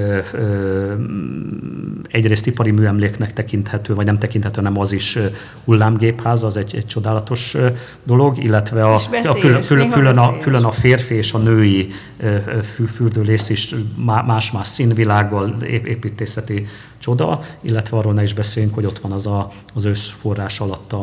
Speaker 3: egyrészt ipari műemléknek tekinthető, vagy nem tekinthető, hanem az is hullámgépház, az egy csodálatos dolog, illetve külön a férfi és a női fürdőrész is más-más színvilággal, építészeti csoda, illetve arról ne is beszéljünk, hogy ott van az ősforrás alatta,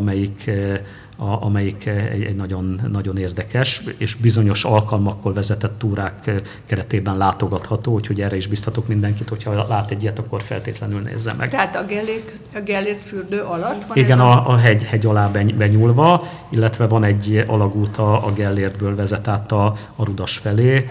Speaker 3: amelyik egy nagyon, nagyon érdekes, és bizonyos alkalmakkor vezetett túrák keretében látogatható, úgyhogy erre is biztatok mindenkit, hogyha lát egy ilyet, akkor feltétlenül nézze meg.
Speaker 2: Tehát a Gellért fürdő alatt van?
Speaker 3: Igen, a hegy alá benyúlva, illetve van egy alagút a Gellértből vezet át a Rudas felé,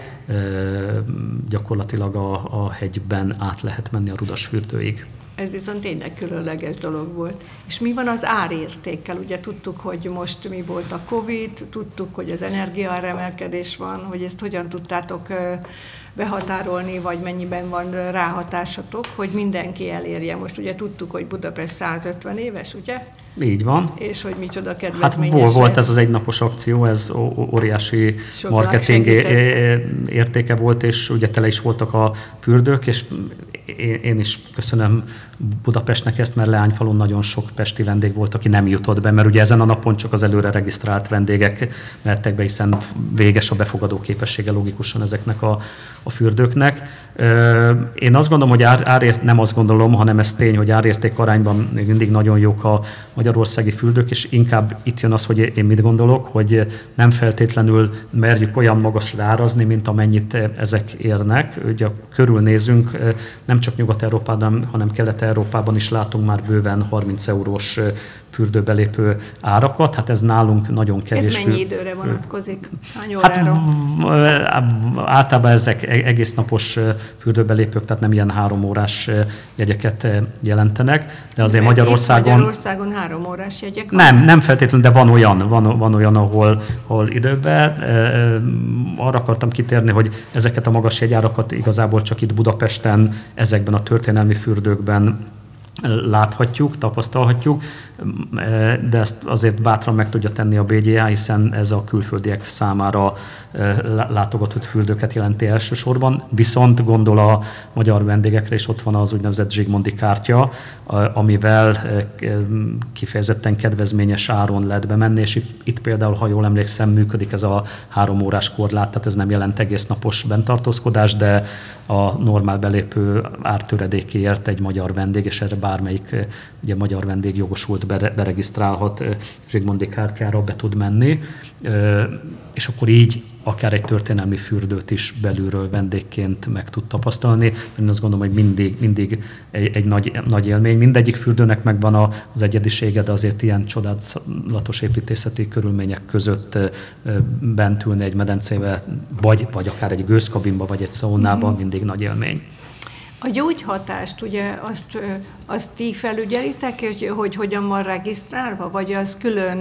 Speaker 3: gyakorlatilag a hegyben át lehet menni a Rudas fürdőig.
Speaker 2: Ez viszont tényleg különleges dolog volt. És mi van az árértékkel? Ugye tudtuk, hogy most mi volt a Covid, tudtuk, hogy az energiaáremelkedés van, hogy ezt hogyan tudtátok behatárolni, vagy mennyiben van ráhatásatok, hogy mindenki elérje. Most ugye tudtuk, hogy Budapest 150 éves, ugye?
Speaker 3: Így van.
Speaker 2: És hogy micsoda kedvezményes.
Speaker 3: Hát volt ez az egynapos akció, ez óriási marketing értéke volt, és ugye tele is voltak a fürdők, és én is köszönöm Budapestnek ezt, mert Leányfalun nagyon sok pesti vendég volt, aki nem jutott be, mert ugye ezen a napon csak az előre regisztrált vendégek mehettek be, hiszen véges a befogadó képessége logikusan ezeknek a fürdőknek. Én azt gondolom, hogy nem azt gondolom, hanem ez tény, hogy árérték arányban még mindig nagyon jók a magyarországi fürdők, és inkább itt jön az, hogy én mit gondolok, hogy nem feltétlenül merjük olyan magasra árazni, mint amennyit ezek érnek. Ugye körülnézünk, nem csak Nyugat-Európában, hanem Kelet-Európában is látunk már bőven 30 eurós fürdőbelépő árakat, hát ez nálunk nagyon kevés.
Speaker 2: Ez mennyi időre vonatkozik? Hány órára?
Speaker 3: Hát általában ezek egész napos fürdőbelépők, tehát nem ilyen 3 órás jegyeket jelentenek, de azért
Speaker 2: Magyarországon 3 órás jegyek van?
Speaker 3: Nem feltétlenül, de van olyan, ahol időben. Arra akartam kitérni, hogy ezeket a magas jegyárakat igazából csak itt Budapesten, ezekben a történelmi fürdőkben láthatjuk, tapasztalhatjuk, de ezt azért bátran meg tudja tenni a BGA, hiszen ez a külföldiek számára látogatott fürdőket jelenti elsősorban, viszont gondol a magyar vendégekre, és ott van az úgynevezett Zsigmondi kártya, amivel kifejezetten kedvezményes áron lehet bemenni, és itt például, ha jól emlékszem, működik ez a 3 órás korlát, tehát ez nem jelent egész napos benntartózkodás, de a normál belépő ártöredékéért egy magyar vendég, és erre bármelyik ugye magyar vendégjogosult beregisztrálhat, Zsigmondi kártyára be tud menni, és akkor így akár egy történelmi fürdőt is belülről vendégként meg tud tapasztalni. Én azt gondolom, hogy mindig egy nagy élmény. Mindegyik fürdőnek megvan az egyedisége, de azért ilyen csodálatos építészeti körülmények között bent ülni egy medencébe, vagy akár egy gőzkabinba, vagy egy szaunában mindig nagy élmény.
Speaker 2: A gyógyhatást, ugye azt ti felügyelitek, hogy hogyan van regisztrálva, vagy az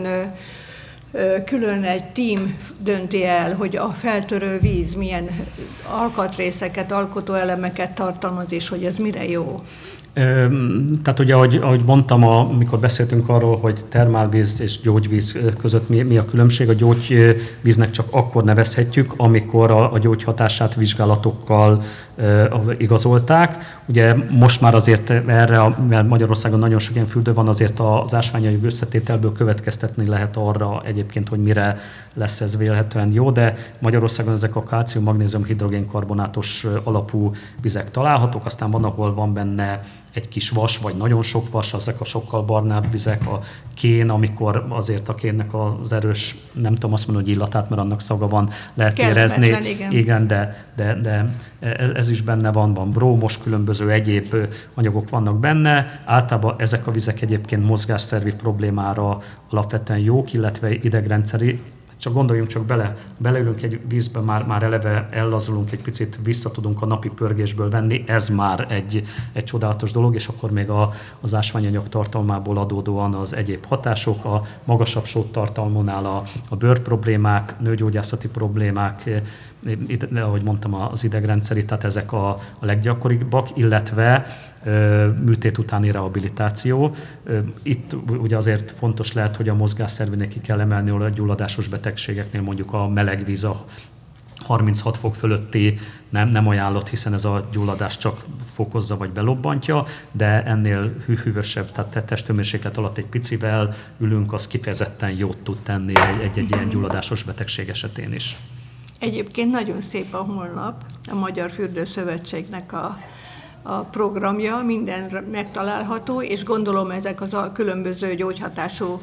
Speaker 2: külön egy tím dönti el, hogy a feltörő víz milyen alkatrészeket, alkotóelemeket tartalmaz, és hogy ez mire jó?
Speaker 3: Tehát ugye, ahogy mondtam, amikor beszéltünk arról, hogy termálvíz és gyógyvíz között mi a különbség, a gyógyvíznek csak akkor nevezhetjük, amikor a gyógyhatását vizsgálatokkal igazolták. Ugye most már azért mert Magyarországon nagyon sok ilyen fürdő van, azért az ásványanyag összetételből következtetni lehet arra egyébként, hogy mire lesz ez vélhetően jó, de Magyarországon ezek a kálcium, magnézium, hidrogénkarbonátos alapú vizek találhatók, aztán van, ahol van benne egy kis vas, vagy nagyon sok vas, ezek a sokkal barnább vizek, a kén, amikor azért a kénnek az erős, nem tudom azt mondani, hogy illatát, mert annak szaga van, lehet érezni. Igen, de ez is benne van brómos, különböző egyéb anyagok vannak benne. Általában ezek a vizek egyébként mozgásszervi problémára alapvetően jók, illetve idegrendszeri. Csak gondoljunk csak bele, beleülünk egy vízbe, már eleve ellazulunk, egy picit vissza tudunk a napi pörgésből venni, ez már egy csodálatos dolog, és akkor még az ásványanyag tartalmából adódóan az egyéb hatások, a magasabb sóttartalmúnál a bőrproblémák, nőgyógyászati problémák, ahogy mondtam, az idegrendszeri, tehát ezek a leggyakoribbak, illetve műtét utáni rehabilitáció. Itt ugye azért fontos lehet, hogy a mozgásszervinek ki kell emelni a gyulladásos betegségeknél, mondjuk a meleg víz, a 36 fok fölötti nem ajánlott, hiszen ez a gyulladást csak fokozza vagy belobbantja, de ennél hűvösebb, tehát testhőmérséklet alatt egy picivel ülünk, az kifejezetten jót tud tenni egy ilyen gyulladásos betegség esetén is.
Speaker 2: Egyébként nagyon szép a honlap, a Magyar Fürdőszövetségnek a programja, minden megtalálható, és gondolom ezek az a különböző gyógyhatású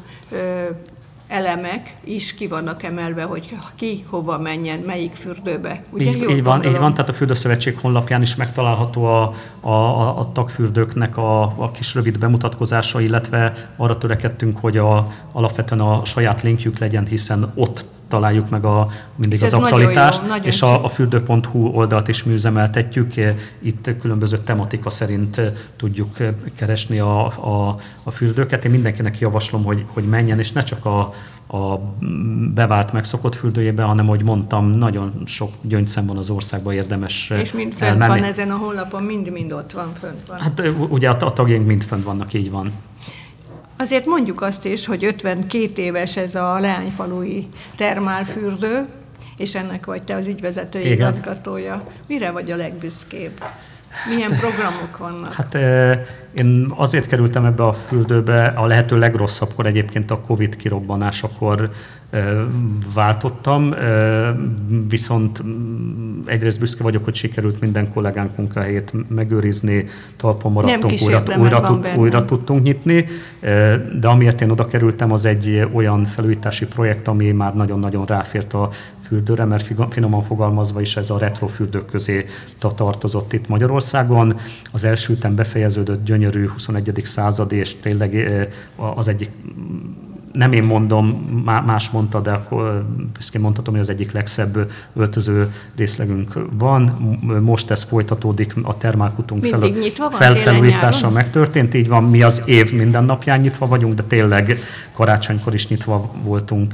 Speaker 2: elemek is ki vannak emelve, hogy ki hova menjen, melyik fürdőbe. Ugye,
Speaker 3: így van, tehát a Fürdőszövetség honlapján is megtalálható a tagfürdőknek a kis rövid bemutatkozása, illetve arra törekedtünk, hogy alapvetően a saját linkjük legyen, hiszen ott találjuk meg mindig az aktualitást, és a fürdő.hu oldalt is mi üzemeltetjük. Itt különböző tematika szerint tudjuk keresni a fürdőket. Én mindenkinek javaslom, hogy menjen, és ne csak a bevált, megszokott fürdőjében, hanem, ahogy mondtam, nagyon sok gyöngyszem van az országban, érdemes
Speaker 2: és mind fönt van ezen a honlapon, mind ott van, fönt van.
Speaker 3: Hát ugye a tagjaink mind fönt vannak, így van.
Speaker 2: Azért mondjuk azt is, hogy 52 éves ez a Leányfalui termálfürdő, és ennek vagy te az ügyvezető igazgatója. Mire vagy a legbüszkébb? Milyen programok vannak?
Speaker 3: Hát én azért kerültem ebbe a fürdőbe, a lehető legrosszabbkor, egyébként a Covid kirobbanásakor váltottam, viszont egyrészt büszke vagyok, hogy sikerült minden kollégánk munkáját megőrizni, talpon maradtunk, újra tudtunk nyitni, de amiért én oda kerültem, az egy olyan felújítási projekt, ami már nagyon-nagyon ráfért a fürdőre, mert finoman fogalmazva is ez a retrofürdők közé tartozott itt Magyarországon. Az első ütem befejeződött, gyönyörű 21. századi, és tényleg az egyik, nem én mondom, más mondta, de akkor büszkén mondhatom, hogy az egyik legszebb öltöző részlegünk van. Most ez folytatódik, a termálkutunk felújítása megtörtént, így van, mi az év minden napján nyitva vagyunk, de tényleg karácsonykor is nyitva voltunk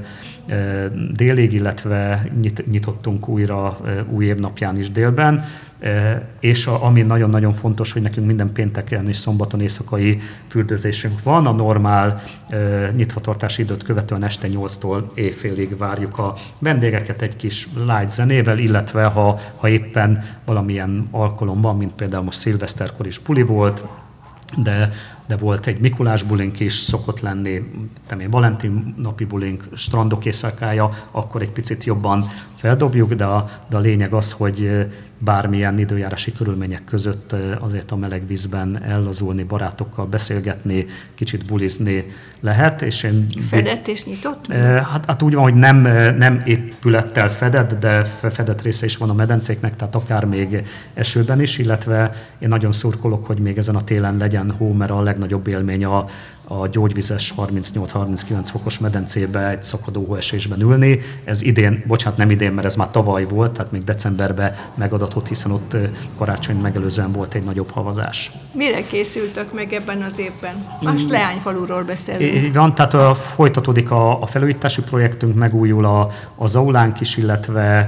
Speaker 3: délig, illetve nyitottunk újra új évnapján is délben. És ami nagyon-nagyon fontos, hogy nekünk minden pénteken és szombaton éjszakai fürdőzésünk van. A normál nyitvatartási időt követően este 8-tól éjfélig várjuk a vendégeket egy kis light zenével, illetve ha éppen valamilyen alkalom van, mint például most szilveszterkor is buli volt, de de volt egy Mikulás bulink is, szokott lenni Valentin napi bulink, strandok éjszakája, akkor egy picit jobban feldobjuk, de a lényeg az, hogy bármilyen időjárási körülmények között azért a meleg vízben ellazulni, barátokkal beszélgetni, kicsit bulizni lehet. És
Speaker 2: fedett és nyitott?
Speaker 3: Hát úgy van, hogy nem épülettel fedett, de fedett része is van a medencéknek, tehát akár még esőben is, illetve én nagyon szurkolok, hogy még ezen a télen legyen hó, mert a legnagyobb élmény a gyógyvizes 38-39 fokos medencébe egy szakadó hóesésben ülni. Ez idén, nem idén, mert ez már tavaly volt, tehát még decemberben megadatott, hiszen ott karácsony megelőzően volt egy nagyobb havazás.
Speaker 2: Mire készültök meg ebben az évben? Most Leányfaluról beszélünk.
Speaker 3: Így van, tehát folytatódik a felújítási projektünk, megújul az aulánk is, illetve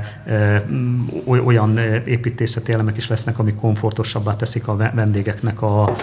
Speaker 3: olyan építészeti elemek is lesznek, amik komfortosabbá teszik a vendégeknek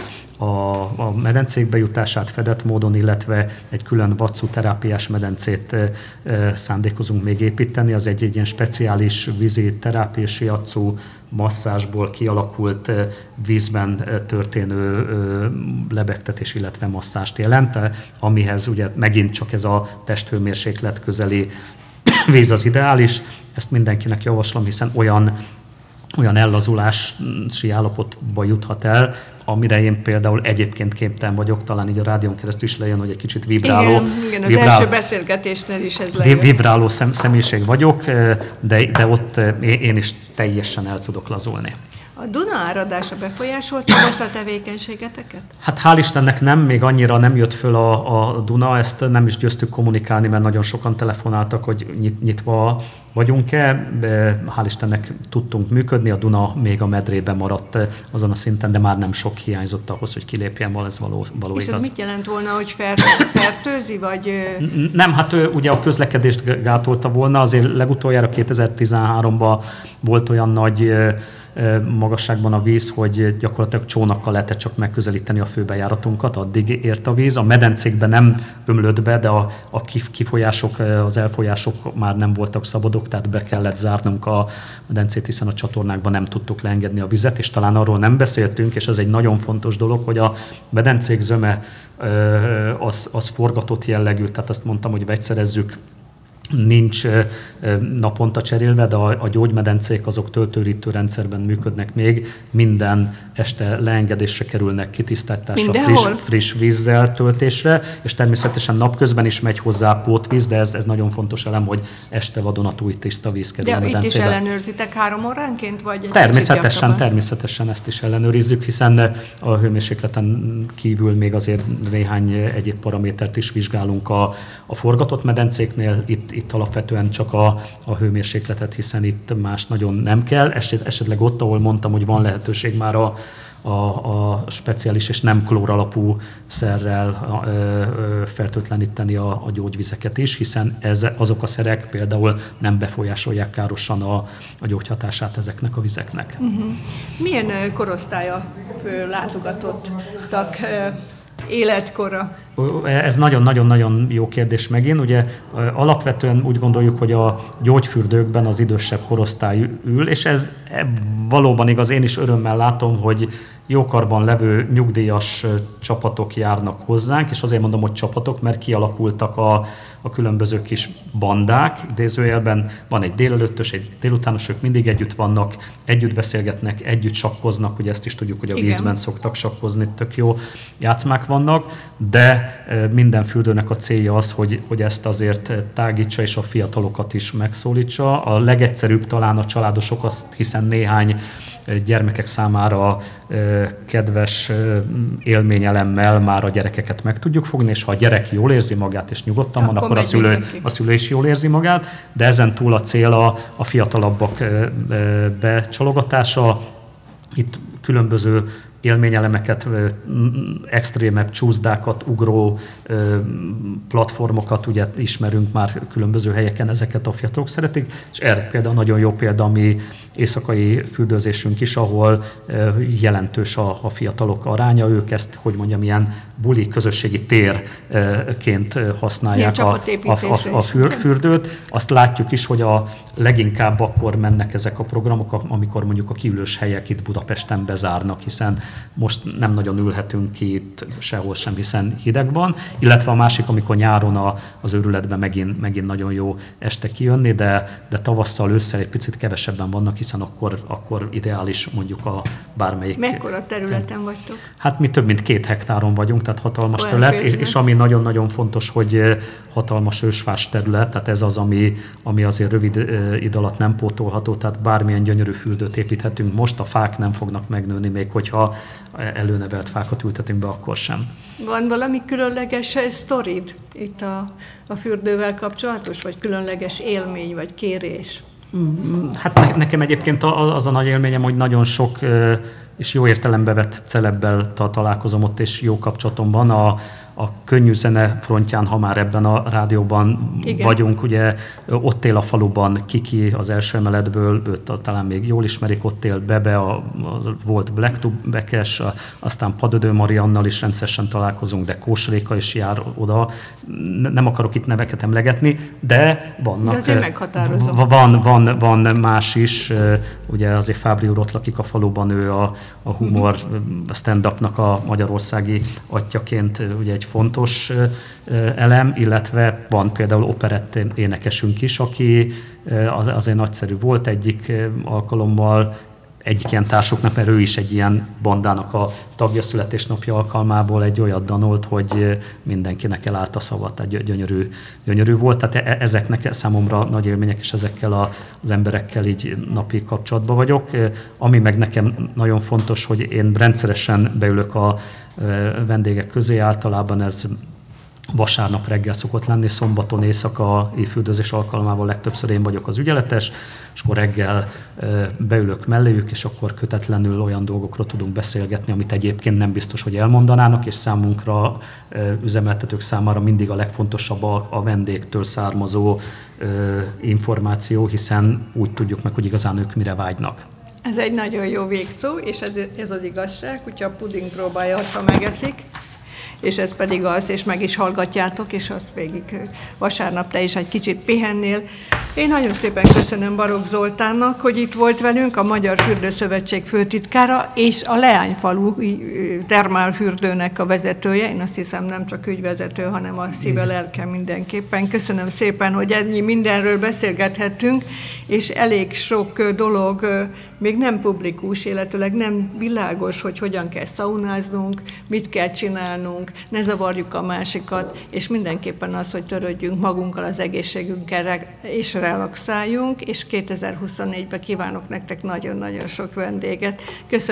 Speaker 3: a medencék bejutását fedett módon, illetve egy külön vatszú terápiás medencét szándékozunk még építeni. Az egy ilyen speciális vízi terápiás jatszú masszázsból kialakult vízben történő lebegtetés, illetve masszást jelent, amihez ugye megint csak ez a testhőmérséklet közeli víz az ideális. Ezt mindenkinek javaslom, hiszen olyan ellazulási állapotba juthat el, amire én például egyébként képtelen vagyok, talán így a rádión keresztül is lejön, hogy egy kicsit vibráló.
Speaker 2: Igen, az első beszélgetésnél is ez lejön.
Speaker 3: Vibráló személyiség vagyok, de ott én is teljesen el tudok lazulni.
Speaker 2: A Duna áradása befolyásolta most a tevékenységeteket?
Speaker 3: Hát hál' Istennek nem, még annyira nem jött föl a Duna, ezt nem is győztük kommunikálni, mert nagyon sokan telefonáltak, hogy nyitva vagyunk-e. Hál' Istennek tudtunk működni, a Duna még a medrében maradt azon a szinten, de már nem sok hiányzott ahhoz, hogy kilépjen, ez való
Speaker 2: és
Speaker 3: igaz.
Speaker 2: ez mit jelent volna, hogy fertőzi, vagy...
Speaker 3: Nem, hát ugye a közlekedést gátolta volna, azért legutoljára 2013-ban volt olyan nagy magasságban a víz, hogy gyakorlatilag csónakkal lehetett csak megközelíteni a főbejáratunkat, addig ért a víz. A medencékben nem ömlött be, de a kifolyások, az elfolyások már nem voltak szabadok, tehát be kellett zárnunk a medencét, hiszen a csatornákban nem tudtuk leengedni a vizet, és talán arról nem beszéltünk, és ez egy nagyon fontos dolog, hogy a medencék zöme az forgatott jellegű, tehát azt mondtam, hogy vegyszerezzük, nincs naponta cserélve, de a gyógymedencék azok töltőrítő rendszerben működnek még, minden este leengedésre kerülnek, kitisztításra, friss vízzel töltésre, és természetesen napközben is megy hozzá pótvíz, de ez nagyon fontos elem, hogy este vadonatúj tiszta víz kerül a medencébe.
Speaker 2: De itt is ellenőrzitek 3 óránként, vagy
Speaker 3: Természetesen ezt is ellenőrizzük, hiszen a hőmérsékleten kívül még azért néhány egyéb paramétert is vizsgálunk a forgatott medencéknél, itt alapvetően csak a hőmérsékletet, hiszen itt más nagyon nem kell. Esetleg ott, ahol mondtam, hogy van lehetőség már a speciális és nem klór alapú szerrel fertőtleníteni a gyógyvizeket is, hiszen azok a szerek például nem befolyásolják károsan a gyógyhatását ezeknek a vizeknek.
Speaker 2: Milyen korosztálya látogatottak életkora?
Speaker 3: Ez nagyon-nagyon-nagyon jó kérdés megint. Ugye alapvetően úgy gondoljuk, hogy a gyógyfürdőkben az idősebb korosztály ül, és ez valóban igaz, én is örömmel látom, hogy jókarban levő nyugdíjas csapatok járnak hozzánk, és azért mondom, hogy csapatok, mert kialakultak a különböző kis bandák, idézőjelben van egy délelőttös, egy délutános, ők mindig együtt vannak, együtt beszélgetnek, együtt sakkoznak, ugye ezt is tudjuk, hogy a vízben szoktak sakkozni, tök jó játszmák vannak, de minden fürdőnek a célja az, hogy ezt azért tágítsa és a fiatalokat is megszólítsa. A legegyszerűbb talán a családosok, hiszen néhány gyermekek számára kedves élményelemmel már a gyerekeket meg tudjuk fogni, és ha a gyerek jól érzi magát és nyugodtan van, akkor a szülő is jól érzi magát, de ezen túl a cél a fiatalabbak becsalogatása. Itt különböző élményelemeket, extrémebb csúszdákat, ugró platformokat ugye ismerünk már különböző helyeken, ezeket a fiatalok szeretik, és erre például nagyon jó példa a mi éjszakai fürdőzésünk is, ahol jelentős a fiatalok aránya, ők ezt, hogy mondjam, ilyen buli közösségi térként használják a fürdőt. Azt látjuk is, hogy leginkább akkor mennek ezek a programok, amikor mondjuk a kiülős helyek itt Budapesten bezárnak, hiszen most nem nagyon ülhetünk ki itt sehol sem, hiszen hideg van, illetve a másik, amikor nyáron az őrületben megint nagyon jó este kijönni, de tavasszal, ősszel egy picit kevesebben vannak, hiszen akkor ideális mondjuk a bármelyik...
Speaker 2: Mekkora területen vagytok?
Speaker 3: Hát mi több mint 2 hektáron vagyunk, tehát hatalmas terület, és ami nagyon-nagyon fontos, hogy hatalmas ősfás terület, tehát ez az, ami azért rövid idő alatt nem pótolható, tehát bármilyen gyönyörű fürdőt építhetünk most, a fák nem fognak megnőni, még hogyha előnevelt fákat ültetünk be, akkor sem.
Speaker 2: Van valami különleges sztorid itt a fürdővel kapcsolatos, vagy különleges élmény, vagy kérés?
Speaker 3: Hát nekem egyébként az a nagy élményem, hogy nagyon sok és jó értelembe vett celebbel találkozom ott, és jó kapcsolatom van. A könnyű zene frontján, ha már ebben a rádióban igen. vagyunk, ugye ott él a faluban Kiki az első emeletből, őt talán még jól ismerik, ott él Bebe, volt Black Tubekes, aztán Padödő Mariannal is rendszeresen találkozunk, de Kósréka is jár oda. Nem akarok itt neveket emlegetni, de vannak.
Speaker 2: De
Speaker 3: van más is, ugye azért Fábri úr ott lakik a faluban, ő a humor, a stand-upnak a magyarországi atyjaként ugye egy fontos elem, illetve van például operett énekesünk is, aki azért nagyszerű volt egyik alkalommal, egyik ilyen társuknak, mert ő is egy ilyen bandának a tagja, születésnapja alkalmából egy olyat danolt, hogy mindenkinek elállt a szava, tehát gyönyörű volt. Tehát ezeknek számomra nagy élmények, és ezekkel az emberekkel így napi kapcsolatban vagyok. Ami meg nekem nagyon fontos, hogy én rendszeresen beülök a vendégek közé, általában ez vasárnap reggel szokott lenni, szombaton éjszaka évfürdőzés alkalmával legtöbbször én vagyok az ügyeletes, és akkor reggel beülök melléjük, és akkor kötetlenül olyan dolgokról tudunk beszélgetni, amit egyébként nem biztos, hogy elmondanának, és számunkra, üzemeltetők számára mindig a legfontosabb a vendégtől származó információ, hiszen úgy tudjuk meg, hogy igazán ők mire vágynak.
Speaker 2: Ez egy nagyon jó végszó, és ez az igazság, hogyha a puding próbálja, azt ha megeszik, és ez pedig az, és meg is hallgatjátok, és azt végig vasárnap te is egy kicsit pihennél. Én nagyon szépen köszönöm Barokk Zoltánnak, hogy itt volt velünk, a Magyar Fürdőszövetség főtitkára, és a Leányfalu termálfürdőnek a vezetője. Én azt hiszem, nem csak ügyvezető, hanem a szíve, lelke mindenképpen. Köszönöm szépen, hogy ennyi mindenről beszélgethettünk, és elég sok dolog még nem publikus, illetőleg nem világos, hogy hogyan kell szaunáznunk, mit kell csinálnunk, ne zavarjuk a másikat, és mindenképpen az, hogy törődjünk magunkkal, az egészségünkkel, és relaxáljunk, és 2024-ben kívánok nektek nagyon-nagyon sok vendéget.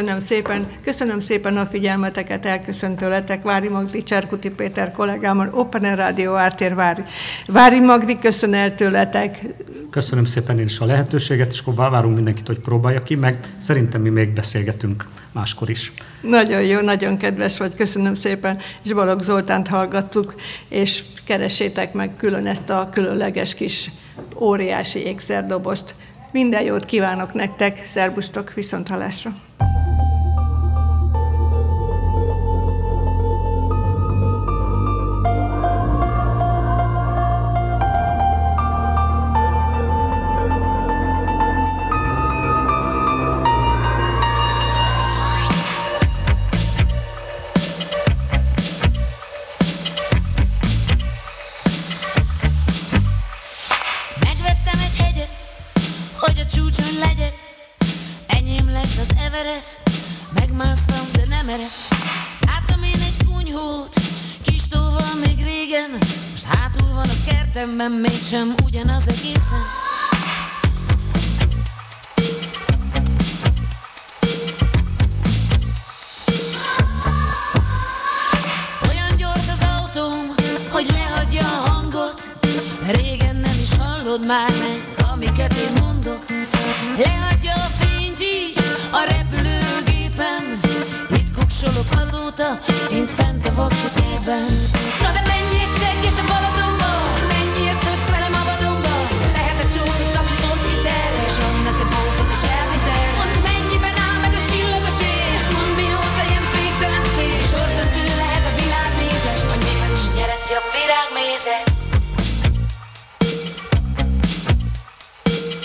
Speaker 2: Köszönöm szépen a figyelmeteket, elköszönt tőletek Vári Magdi, Cserkuti Péter kollégámmal, Open Air Rádió Ártér Vári Magdi, köszön el tőletek.
Speaker 3: Köszönöm szépen én is a lehetőséget, és akkor várunk mindenkit, hogy próbálja ki, meg szerintem mi még beszélgetünk máskor is.
Speaker 2: Nagyon jó, nagyon kedves vagy, köszönöm szépen, és Barokk Zoltánt hallgattuk, és keressétek meg külön ezt a különleges kis óriási ékszerdobozt. Minden jót kívánok nektek, szervusztok, viszonthallásra!
Speaker 4: Mégsem ugyanaz egészen. Olyan gyors az autóm, hogy lehagyja a hangot. Régen nem is hallod már meg, amiket én mondok. Lehagyja a fényt is a repülőgépem. Itt kuksolok azóta, én fent a vaksötétben. Na de menj egyszer és a Balatonba, mennyiért szöksz velem a vadonba? Lehet a csókot kapni ott hitelre, és annak a bókot is elvitel. Mondd, mennyiben áll meg a csillagosés, mondd, mióta ilyen féktelen szél. Sorsdöntő lehet a világnézet, hogy miben is nyered ki a virágmézet.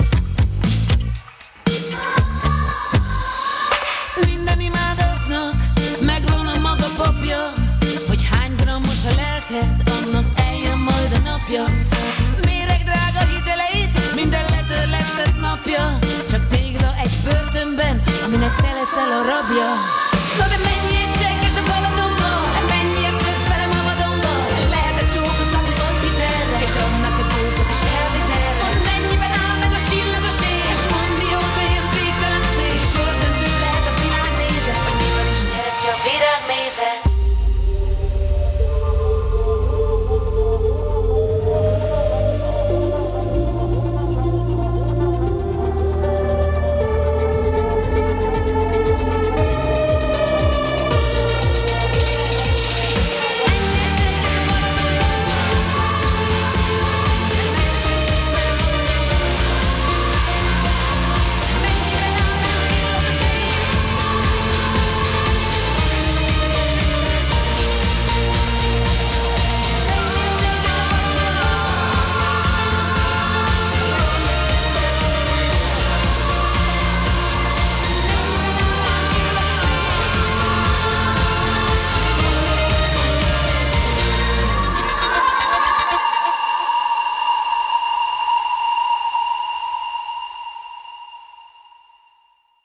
Speaker 4: Minden imádóknak leszel a rabja. Na de menj